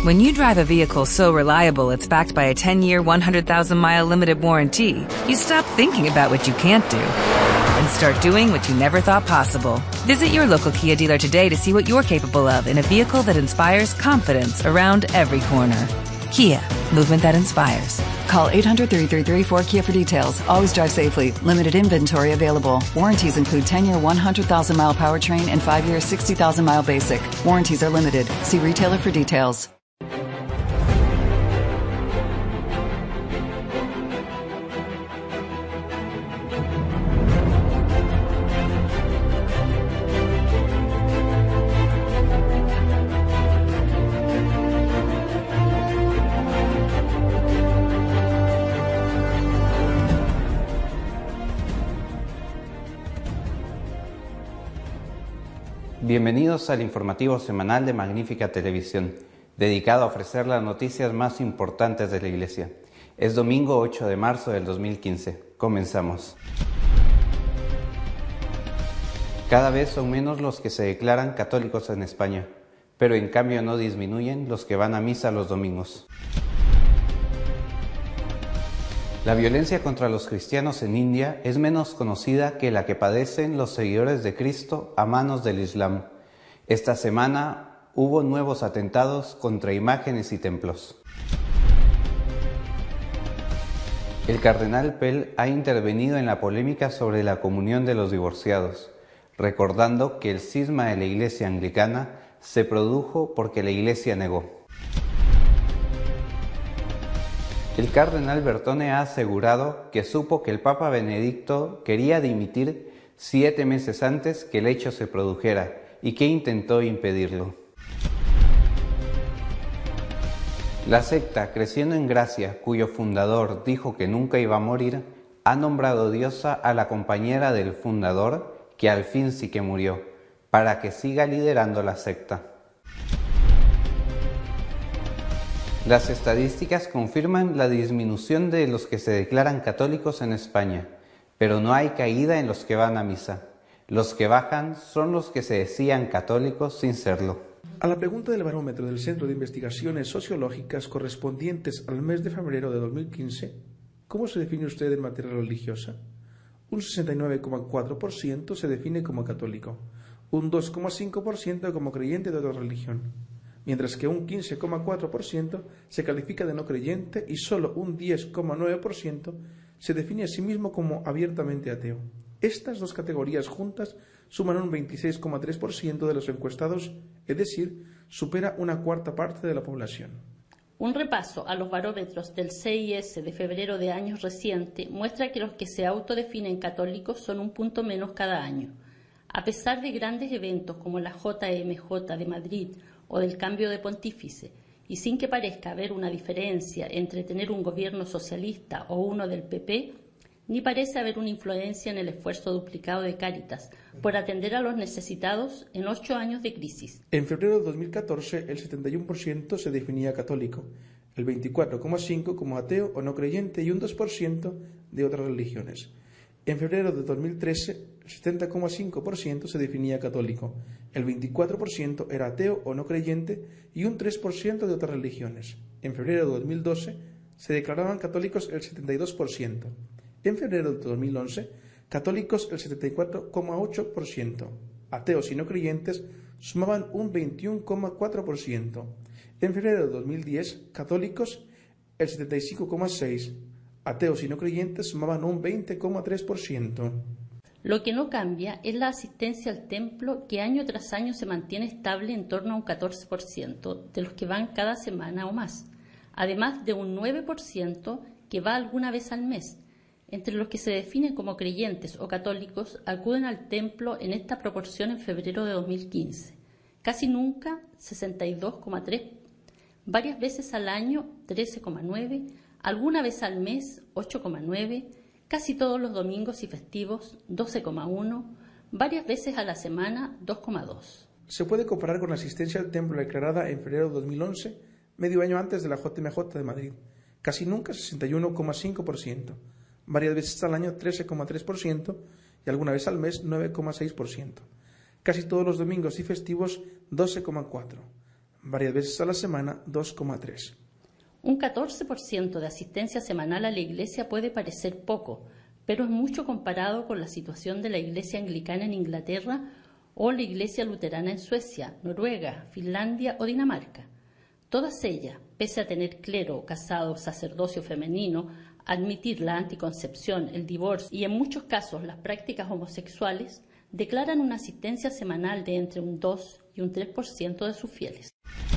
When you drive a vehicle so reliable it's backed by a 10-year, 100,000-mile limited warranty, you stop thinking about what you can't do and start doing what you never thought possible. Visit your local Kia dealer today to see what you're capable of in a vehicle that inspires confidence around every corner. Kia, movement that inspires. Call 800-333-4KIA for details. Always drive safely. Limited inventory available. Warranties include 10-year, 100,000-mile powertrain and 5-year, 60,000-mile basic. Warranties are limited. See retailer for details. Bienvenidos al informativo semanal de Magnífica Televisión, dedicado a ofrecer las noticias más importantes de la Iglesia. Es domingo 8 de marzo del 2015. Comenzamos. Cada vez son menos los que se declaran católicos en España, pero en cambio no disminuyen los que van a misa los domingos. La violencia contra los cristianos en India es menos conocida que la que padecen los seguidores de Cristo a manos del Islam. Esta semana hubo nuevos atentados contra imágenes y templos. El cardenal Pell ha intervenido en la polémica sobre la comunión de los divorciados, recordando que el cisma de la Iglesia anglicana se produjo porque la Iglesia negó. El cardenal Bertone ha asegurado que supo que el Papa Benedicto quería dimitir 7 meses antes que el hecho se produjera y que intentó impedirlo. La secta Creciendo en Gracia, cuyo fundador dijo que nunca iba a morir, ha nombrado diosa a la compañera del fundador, que al fin sí que murió, para que siga liderando la secta. Las estadísticas confirman la disminución de los que se declaran católicos en España, pero no hay caída en los que van a misa. Los que bajan son los que se decían católicos sin serlo. A la pregunta del barómetro del Centro de Investigaciones Sociológicas correspondientes al mes de febrero de 2015, ¿cómo se define usted en materia religiosa? Un 69,4% se define como católico, un 2,5% como creyente de otra religión, mientras que un 15,4% se califica de no creyente y solo un 10,9% se define a sí mismo como abiertamente ateo. Estas dos categorías juntas suman un 26,3% de los encuestados, es decir, supera una cuarta parte de la población. Un repaso a los barómetros del CIS de febrero de años recientes muestra que los que se autodefinen católicos son un punto menos cada año. A pesar de grandes eventos como la JMJ de Madrid o del cambio de pontífice, y sin que parezca haber una diferencia entre tener un gobierno socialista o uno del PP, ni parece haber una influencia en el esfuerzo duplicado de Cáritas por atender a los necesitados en 8 años de crisis. En febrero de 2014, el 71% se definía católico, el 24,5% como ateo o no creyente y un 2% de otras religiones. En febrero de 2013, el 70,5% se definía católico, el 24% era ateo o no creyente y un 3% de otras religiones. En febrero de 2012 se declaraban católicos el 72%. En febrero de 2011, católicos el 74,8%. Ateos y no creyentes sumaban un 21,4%. En febrero de 2010, católicos el 75,6%. Ateos y no creyentes sumaban un 20,3%. Lo que no cambia es la asistencia al templo, que año tras año se mantiene estable en torno a un 14% de los que van cada semana o más, además de un 9% que va alguna vez al mes. Entre los que se definen como creyentes o católicos acuden al templo en esta proporción en febrero de 2015. Casi nunca 62,3%, varias veces al año 13,9%, alguna vez al mes 8,9%, casi todos los domingos y festivos 12,1%, varias veces a la semana 2,2%. Se puede comparar con la asistencia al templo declarada en febrero de 2011, medio año antes de la JMJ de Madrid, casi nunca 61,5%, varias veces al año 13,3% y alguna vez al mes 9,6%. Casi todos los domingos y festivos 12,4%, varias veces a la semana 2,3. Un 14% de asistencia semanal a la iglesia puede parecer poco, pero es mucho comparado con la situación de la iglesia anglicana en Inglaterra o la iglesia luterana en Suecia, Noruega, Finlandia o Dinamarca. Todas ellas, pese a tener clero, casado, sacerdocio femenino, admitir la anticoncepción, el divorcio y en muchos casos las prácticas homosexuales, declaran una asistencia semanal de entre un 2 y un 3% de sus fieles.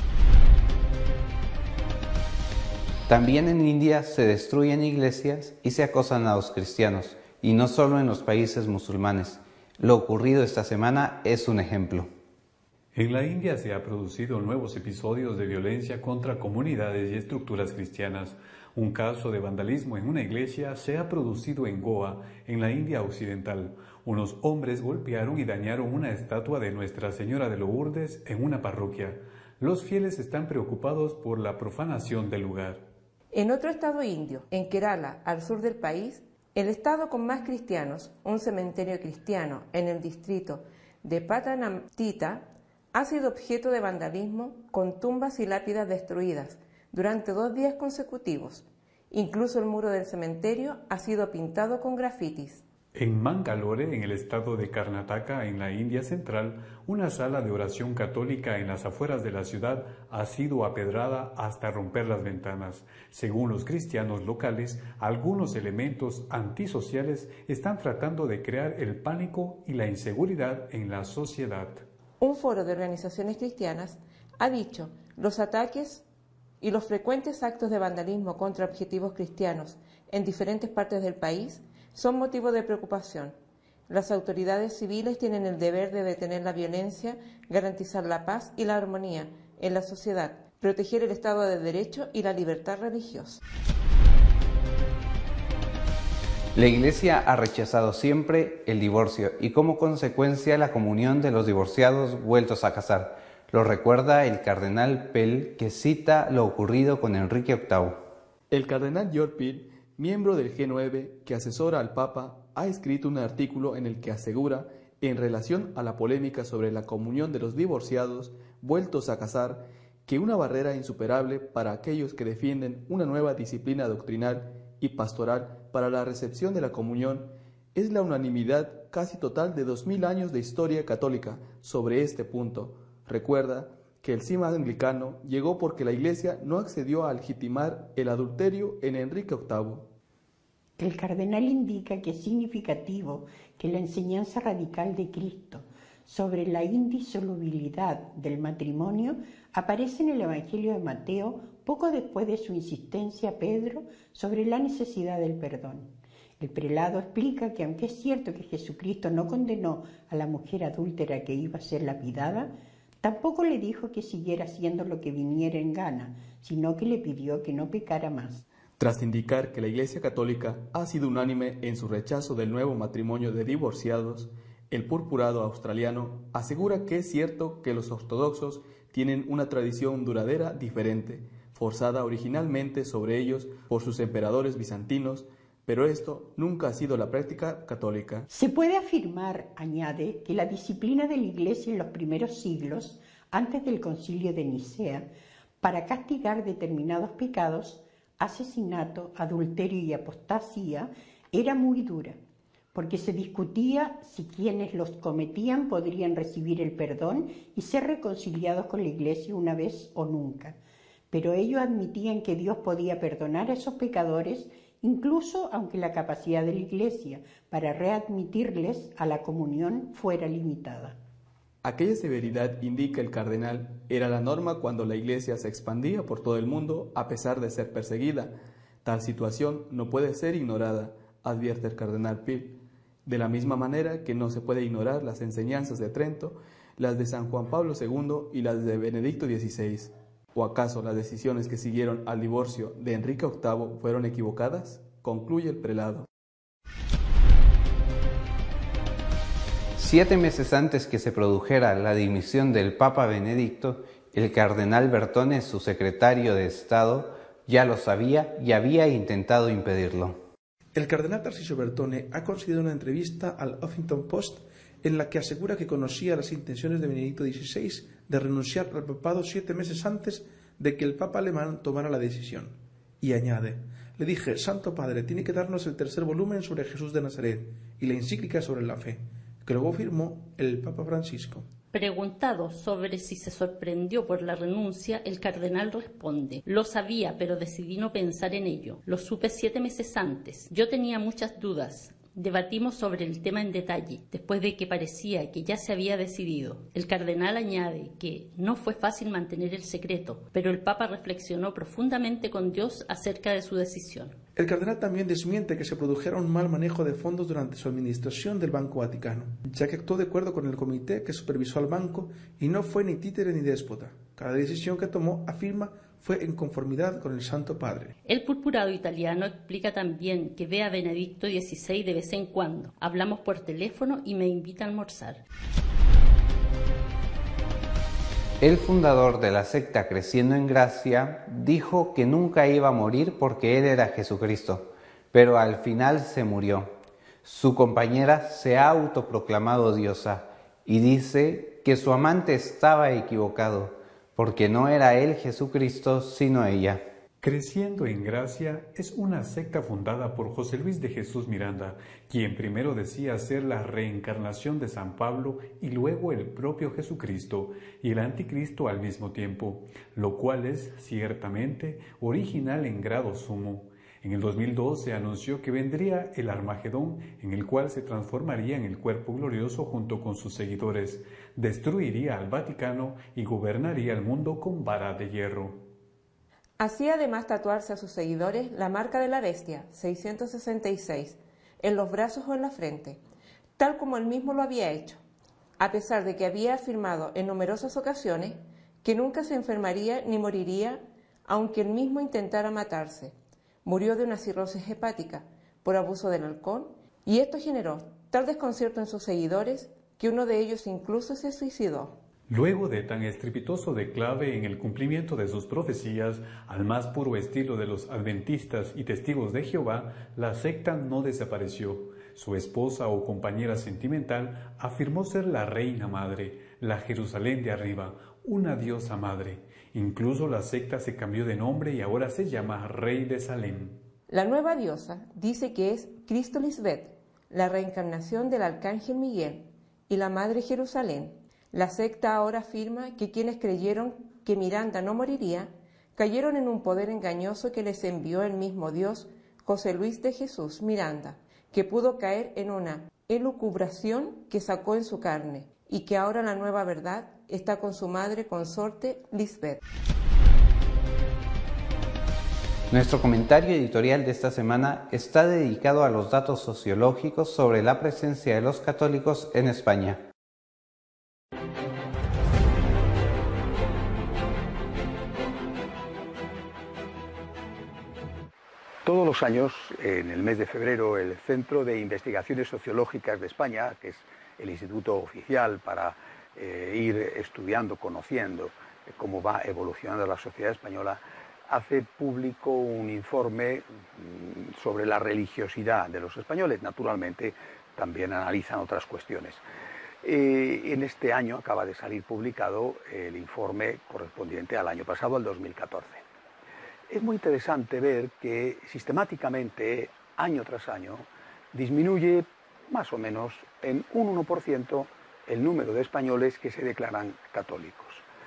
También en India se destruyen iglesias y se acosan a los cristianos, y no solo en los países musulmanes. Lo ocurrido esta semana es un ejemplo. En la India se han producido nuevos episodios de violencia contra comunidades y estructuras cristianas. Un caso de vandalismo en una iglesia se ha producido en Goa, en la India occidental. Unos hombres golpearon y dañaron una estatua de Nuestra Señora de Lourdes en una parroquia. Los fieles están preocupados por la profanación del lugar. En otro estado indio, en Kerala, al sur del país, el estado con más cristianos, un cementerio cristiano en el distrito de Patanamthitta, ha sido objeto de vandalismo con tumbas y lápidas destruidas durante 2 días consecutivos. Incluso el muro del cementerio ha sido pintado con grafitis. En Mangalore, en el estado de Karnataka, en la India central, una sala de oración católica en las afueras de la ciudad ha sido apedrada hasta romper las ventanas. Según los cristianos locales, algunos elementos antisociales están tratando de crear el pánico y la inseguridad en la sociedad. Un foro de organizaciones cristianas ha dicho: los ataques y los frecuentes actos de vandalismo contra objetivos cristianos en diferentes partes del país son motivo de preocupación. Las autoridades civiles tienen el deber de detener la violencia, garantizar la paz y la armonía en la sociedad, proteger el Estado de Derecho y la libertad religiosa. La Iglesia ha rechazado siempre el divorcio y como consecuencia la comunión de los divorciados vueltos a casar. Lo recuerda el cardenal Pell, que cita lo ocurrido con Enrique VIII. El cardenal George Pell, miembro del G9 que asesora al Papa, ha escrito un artículo en el que asegura, en relación a la polémica sobre la comunión de los divorciados vueltos a casar, que una barrera insuperable para aquellos que defienden una nueva disciplina doctrinal y pastoral para la recepción de la comunión es la unanimidad casi total de 2000 años de historia católica sobre este punto. Recuerda que el cisma anglicano llegó porque la Iglesia no accedió a legitimar el adulterio en Enrique VIII. El cardenal indica que es significativo que la enseñanza radical de Cristo sobre la indisolubilidad del matrimonio aparece en el Evangelio de Mateo poco después de su insistencia a Pedro sobre la necesidad del perdón. El prelado explica que aunque es cierto que Jesucristo no condenó a la mujer adúltera que iba a ser lapidada, tampoco le dijo que siguiera haciendo lo que viniera en gana, sino que le pidió que no pecara más. Tras indicar que la Iglesia Católica ha sido unánime en su rechazo del nuevo matrimonio de divorciados, el purpurado australiano asegura que es cierto que los ortodoxos tienen una tradición duradera diferente, forzada originalmente sobre ellos por sus emperadores bizantinos, pero esto nunca ha sido la práctica católica. Se puede afirmar, añade, que la disciplina de la Iglesia en los primeros siglos, antes del Concilio de Nicea, para castigar determinados pecados, asesinato, adulterio y apostasía, era muy dura, porque se discutía si quienes los cometían podrían recibir el perdón y ser reconciliados con la Iglesia una vez o nunca. Pero ellos admitían que Dios podía perdonar a esos pecadores, incluso aunque la capacidad de la Iglesia para readmitirles a la comunión fuera limitada. Aquella severidad, indica el cardenal, era la norma cuando la Iglesia se expandía por todo el mundo a pesar de ser perseguida. Tal situación no puede ser ignorada, advierte el cardenal Pell, de la misma manera que no se puede ignorar las enseñanzas de Trento, las de San Juan Pablo II y las de Benedicto XVI. ¿O acaso las decisiones que siguieron al divorcio de Enrique VIII fueron equivocadas? Concluye el prelado. 7 meses antes que se produjera la dimisión del Papa Benedicto, el cardenal Bertone, su secretario de Estado, ya lo sabía y había intentado impedirlo. El cardenal Tarcisio Bertone ha concedido una entrevista al Huffington Post en la que asegura que conocía las intenciones de Benedicto XVI de renunciar al papado 7 meses antes de que el Papa alemán tomara la decisión. Y añade: le dije, Santo Padre, tiene que darnos el 3er volumen sobre Jesús de Nazaret y la encíclica sobre la fe, que luego firmó el Papa Francisco. Preguntado sobre si se sorprendió por la renuncia, el cardenal responde: lo sabía, pero decidí no pensar en ello. Lo supe 7 meses antes. Yo tenía muchas dudas. Debatimos sobre el tema en detalle, después de que parecía que ya se había decidido. El cardenal añade que no fue fácil mantener el secreto, pero el Papa reflexionó profundamente con Dios acerca de su decisión. El cardenal también desmiente que se produjera un mal manejo de fondos durante su administración del Banco Vaticano, ya que actuó de acuerdo con el comité que supervisó al banco y no fue ni títere ni déspota. Cada decisión que tomó, afirma, fue en conformidad con el Santo Padre. El purpurado italiano explica también que ve a Benedicto XVI de vez en cuando. Hablamos por teléfono y me invita a almorzar. El fundador de la secta Creciendo en Gracia dijo que nunca iba a morir porque él era Jesucristo, pero al final se murió. Su compañera se ha autoproclamado diosa y dice que su amante estaba equivocado, porque no era él Jesucristo, sino ella. Creciendo en Gracia es una secta fundada por José Luis de Jesús Miranda, quien primero decía ser la reencarnación de San Pablo y luego el propio Jesucristo y el anticristo al mismo tiempo, lo cual es ciertamente original en grado sumo. En el 2012 anunció que vendría el Armagedón, en el cual se transformaría en el cuerpo glorioso junto con sus seguidores, destruiría al Vaticano y gobernaría el mundo con vara de hierro. Hacía además tatuarse a sus seguidores la marca de la bestia, 666, en los brazos o en la frente, tal como él mismo lo había hecho, a pesar de que había afirmado en numerosas ocasiones que nunca se enfermaría ni moriría, aunque él mismo intentara matarse. Murió de una cirrosis hepática por abuso del alcohol, y esto generó tal desconcierto en sus seguidores que uno de ellos incluso se suicidó. Luego de tan estrepitoso declive en el cumplimiento de sus profecías, al más puro estilo de los adventistas y testigos de Jehová, la secta no desapareció. Su esposa o compañera sentimental afirmó ser la reina madre, la Jerusalén de arriba, una diosa madre. Incluso la secta se cambió de nombre y ahora se llama Rey de Salem. La nueva diosa dice que es Cristo Lisbeth, la reencarnación del arcángel Miguel y la madre Jerusalén. La secta ahora afirma que quienes creyeron que Miranda no moriría, cayeron en un poder engañoso que les envió el mismo Dios, José Luis de Jesús Miranda, que pudo caer en una elucubración que sacó en su carne, y que ahora la nueva verdad está con su madre consorte Lisbeth. Nuestro comentario editorial de esta semana está dedicado a los datos sociológicos sobre la presencia de los católicos en España. Todos los años, en el mes de febrero, el Centro de Investigaciones Sociológicas de España, que es el instituto oficial para ir estudiando, conociendo cómo va evolucionando la sociedad española, hace público un informe sobre la religiosidad de los españoles. Naturalmente, también analizan otras cuestiones. En este año acaba de salir publicado el informe correspondiente al año pasado, al 2014. Es muy interesante ver que sistemáticamente, año tras año, disminuye más o menos en un 1% el número de españoles que se declaran católicos,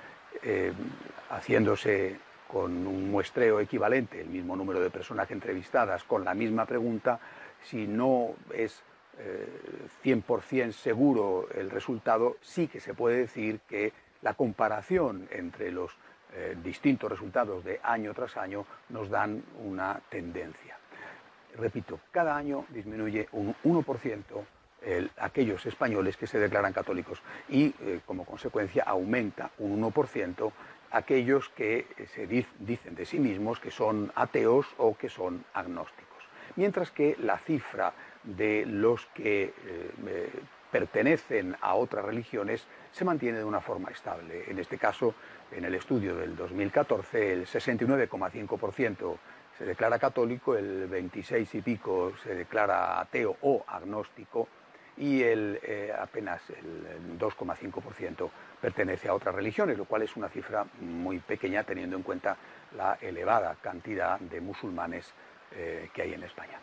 haciéndose con un muestreo equivalente, el mismo número de personas entrevistadas con la misma pregunta. Si no es 100% seguro el resultado, sí que se puede decir que la comparación entre los distintos resultados de año tras año nos dan una tendencia. Repito, cada año disminuye un 1% aquellos españoles que se declaran católicos y como consecuencia aumenta un 1% aquellos que se dicen de sí mismos que son ateos o que son agnósticos. Mientras que la cifra de los que pertenecen a otras religiones se mantiene de una forma estable. En este caso, en el estudio del 2014, el 69,5% se declara católico, el 26 y pico se declara ateo o agnóstico, y apenas el 2,5% pertenece a otras religiones, lo cual es una cifra muy pequeña teniendo en cuenta la elevada cantidad de musulmanes que hay en España.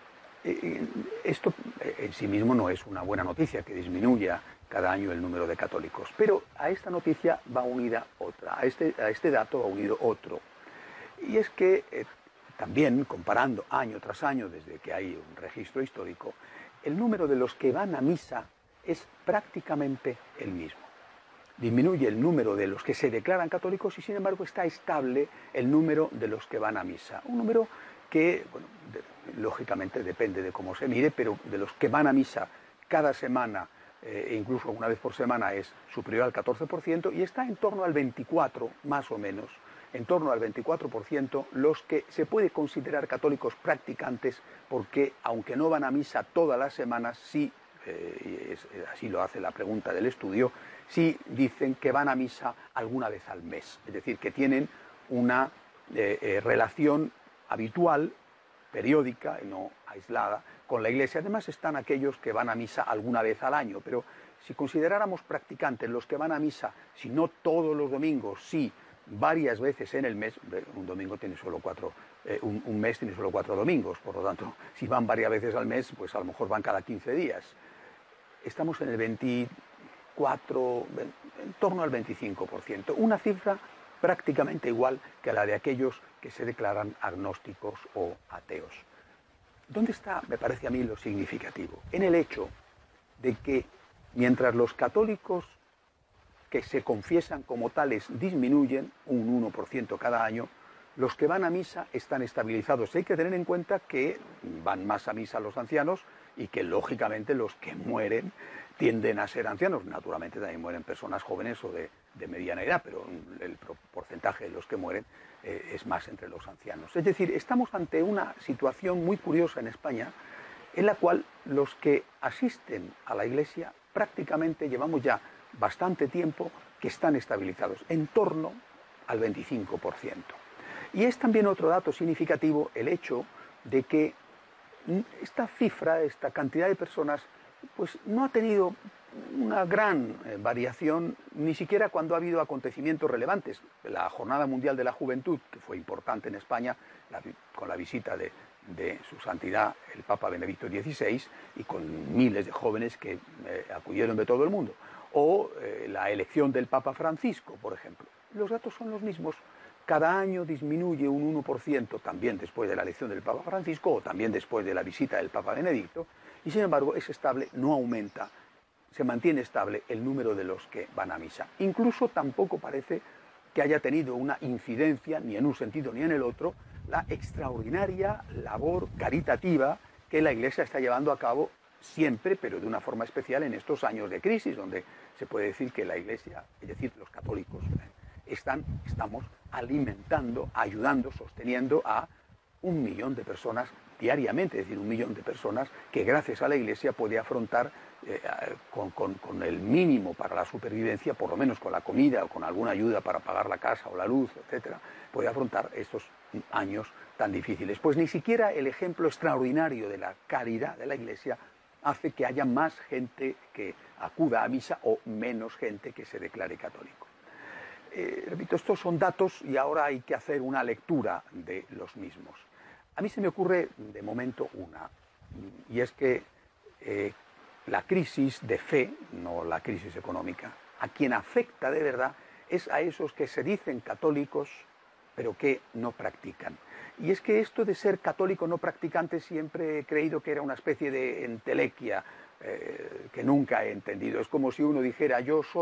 Esto en sí mismo no es una buena noticia, que disminuya cada año el número de católicos, pero a esta noticia va unida otra, a este dato va unido otro, y es que también, comparando año tras año desde que hay un registro histórico, el número de los que van a misa es prácticamente el mismo. Disminuye el número de los que se declaran católicos y, sin embargo, está estable el número de los que van a misa. Un número que, bueno, lógicamente depende de cómo se mire, pero de los que van a misa cada semana, e incluso una vez por semana, es superior al 14%, y está en torno al 24%, más o menos, en torno al 24% los que se puede considerar católicos practicantes, porque aunque no van a misa todas las semanas, sí, así lo hace la pregunta del estudio, sí dicen que van a misa alguna vez al mes, es decir, que tienen una relación habitual, periódica y no aislada, con la Iglesia. Además están aquellos que van a misa alguna vez al año, pero si consideráramos practicantes los que van a misa, si no todos los domingos, sí varias veces en el mes, un domingo tiene solo un mes tiene solo 4 domingos, por lo tanto, si van varias veces al mes, pues a lo mejor van cada 15 días. Estamos en el 24, en torno al 25%, una cifra prácticamente igual que la de aquellos que se declaran agnósticos o ateos. ¿Dónde está, me parece a mí, lo significativo? En el hecho de que mientras los católicos que se confiesan como tales disminuyen un 1% cada año, los que van a misa están estabilizados. Hay que tener en cuenta que van más a misa los ancianos y que, lógicamente, los que mueren tienden a ser ancianos. Naturalmente también mueren personas jóvenes o de mediana edad, pero el porcentaje de los que mueren es más entre los ancianos. Es decir, estamos ante una situación muy curiosa en España, en la cual los que asisten a la Iglesia prácticamente llevamos ya bastante tiempo que están estabilizados, en torno al 25%. Y es también otro dato significativo el hecho de que esta cifra, esta cantidad de personas, pues no ha tenido una gran variación, ni siquiera cuando ha habido acontecimientos relevantes. La Jornada Mundial de la Juventud, que fue importante en España, con la visita de su santidad el Papa Benedicto XVI y con miles de jóvenes que acudieron de todo el mundo. O la elección del Papa Francisco, por ejemplo. Los datos son los mismos. Cada año disminuye un 1%, también después de la elección del Papa Francisco o también después de la visita del Papa Benedicto, y sin embargo es estable, no aumenta, se mantiene estable el número de los que van a misa. Incluso tampoco parece que haya tenido una incidencia, ni en un sentido ni en el otro, la extraordinaria labor caritativa que la Iglesia está llevando a cabo siempre, pero de una forma especial en estos años de crisis, donde se puede decir que la Iglesia, es decir, los católicos, estamos alimentando, ayudando, sosteniendo a 1 millón de personas diariamente, es decir, 1 millón de personas que gracias a la Iglesia puede afrontar con el mínimo para la supervivencia, por lo menos con la comida o con alguna ayuda para pagar la casa o la luz, etcétera, puede afrontar estos años tan difíciles. Pues ni siquiera el ejemplo extraordinario de la caridad de la Iglesia hace que haya más gente que acuda a misa o menos gente que se declare católico. Repito, estos son datos y ahora hay que hacer una lectura de los mismos. A mí se me ocurre de momento una, y es que la crisis de fe, no la crisis económica, a quien afecta de verdad es a esos que se dicen católicos pero que no practican. Y es que esto de ser católico no practicante siempre he creído que era una especie de entelequia que nunca he entendido. Es como si uno dijera,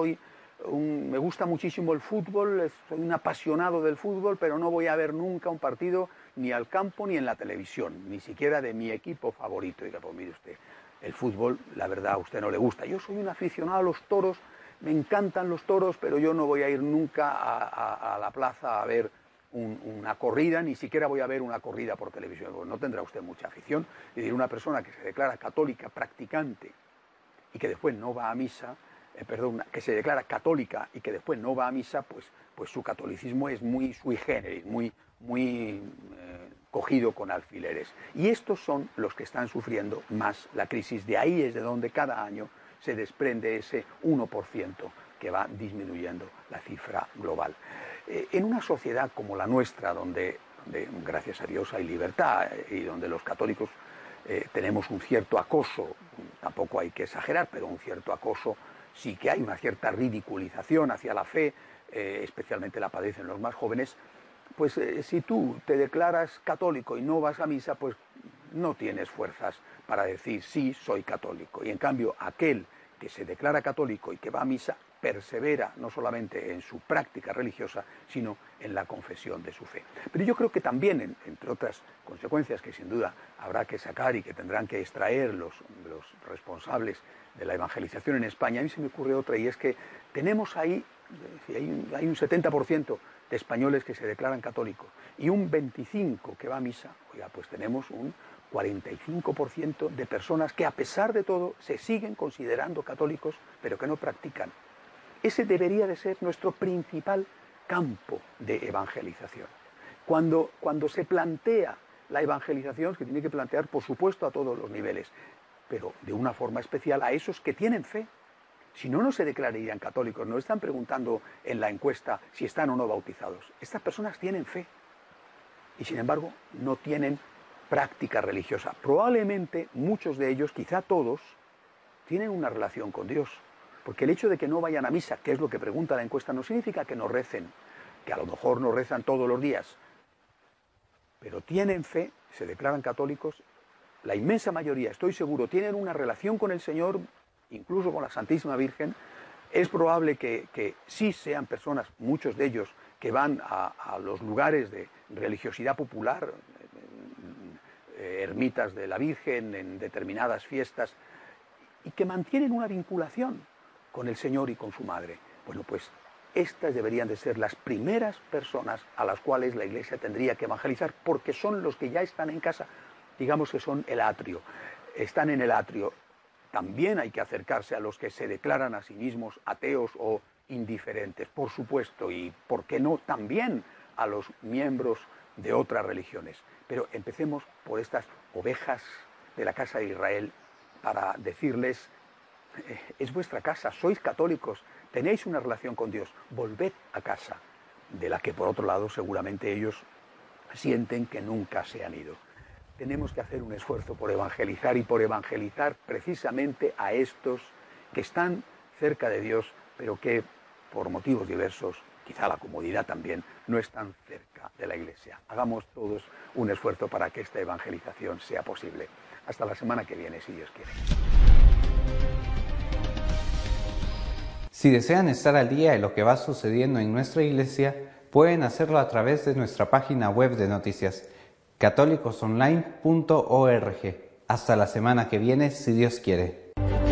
me gusta muchísimo el fútbol, soy un apasionado del fútbol, pero no voy a ver nunca un partido ni al campo ni en la televisión, ni siquiera de mi equipo favorito. Y diga, pues mire usted, el fútbol, la verdad, a usted no le gusta. Yo soy un aficionado a los toros, me encantan los toros, pero yo no voy a ir nunca a la plaza a ver una corrida, ni siquiera voy a ver una corrida por televisión. Pues no tendrá usted mucha afición. Es decir, una persona que se declara católica practicante y que después no va a misa, que se declara católica y que después no va a misa, pues su catolicismo es muy sui generis, muy cogido con alfileres. Y estos son los que están sufriendo más la crisis. De ahí es de donde cada año se desprende ese 1% que va disminuyendo la cifra global. En una sociedad como la nuestra, donde gracias a Dios hay libertad y donde los católicos tenemos un cierto acoso, tampoco hay que exagerar, pero un cierto acoso, sí que hay una cierta ridiculización hacia la fe, especialmente la padecen los más jóvenes, pues si tú te declaras católico y no vas a misa, pues no tienes fuerzas para decir sí, soy católico. Y en cambio, aquel que se declara católico y que va a misa, persevera no solamente en su práctica religiosa, sino en la confesión de su fe. Pero yo creo que también, entre otras consecuencias que sin duda habrá que sacar y que tendrán que extraer los responsables de la evangelización en España, a mí se me ocurre otra, y es que tenemos ahí, hay un 70% de españoles que se declaran católicos y un 25% que va a misa. Oiga, pues tenemos un 45% de personas que a pesar de todo se siguen considerando católicos, pero que no practican. Ese debería de ser nuestro principal campo de evangelización. Cuando se plantea la evangelización, que tiene que plantear, por supuesto, a todos los niveles, pero de una forma especial a esos que tienen fe. Si no, no se declararían católicos. No están preguntando en la encuesta si están o no bautizados. Estas personas tienen fe y, sin embargo, no tienen práctica religiosa. Probablemente muchos de ellos, quizá todos, tienen una relación con Dios. Porque el hecho de que no vayan a misa, que es lo que pregunta la encuesta, no significa que no recen, que a lo mejor no rezan todos los días, pero tienen fe, se declaran católicos. La inmensa mayoría, estoy seguro, tienen una relación con el Señor, incluso con la Santísima Virgen. Es probable que sí sean personas, muchos de ellos, que van a los lugares de religiosidad popular, ermitas de la Virgen, en determinadas fiestas, y que mantienen una vinculación con el Señor y con su madre. Bueno, pues estas deberían de ser las primeras personas a las cuales la Iglesia tendría que evangelizar, porque son los que ya están en casa, digamos que son el atrio, están en el atrio. También hay que acercarse a los que se declaran a sí mismos ateos o indiferentes, por supuesto, y por qué no también a los miembros de otras religiones. Pero empecemos por estas ovejas de la casa de Israel para decirles: es vuestra casa, sois católicos, tenéis una relación con Dios, volved a casa, de la que por otro lado seguramente ellos sienten que nunca se han ido. Tenemos que hacer un esfuerzo por evangelizar, y por evangelizar precisamente a estos que están cerca de Dios, pero que por motivos diversos, quizá la comodidad también, no están cerca de la Iglesia. Hagamos todos un esfuerzo para que esta evangelización sea posible. Hasta la semana que viene, si Dios quiere. Si desean estar al día de lo que va sucediendo en nuestra iglesia, pueden hacerlo a través de nuestra página web de noticias, católicosonline.org. Hasta la semana que viene, si Dios quiere.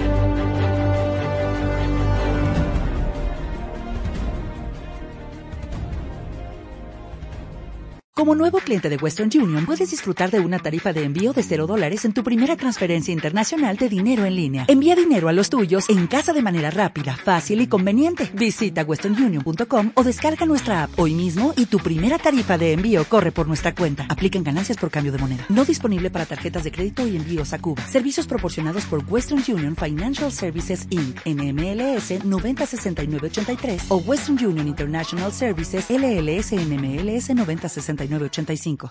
Como nuevo cliente de Western Union, puedes disfrutar de una tarifa de envío de $0 en tu primera transferencia internacional de dinero en línea. Envía dinero a los tuyos en casa de manera rápida, fácil y conveniente. Visita westernunion.com o descarga nuestra app hoy mismo y tu primera tarifa de envío corre por nuestra cuenta. Aplican ganancias por cambio de moneda. No disponible para tarjetas de crédito y envíos a Cuba. Servicios proporcionados por Western Union Financial Services Inc. NMLS 906983 o Western Union International Services LLS NMLS 906985.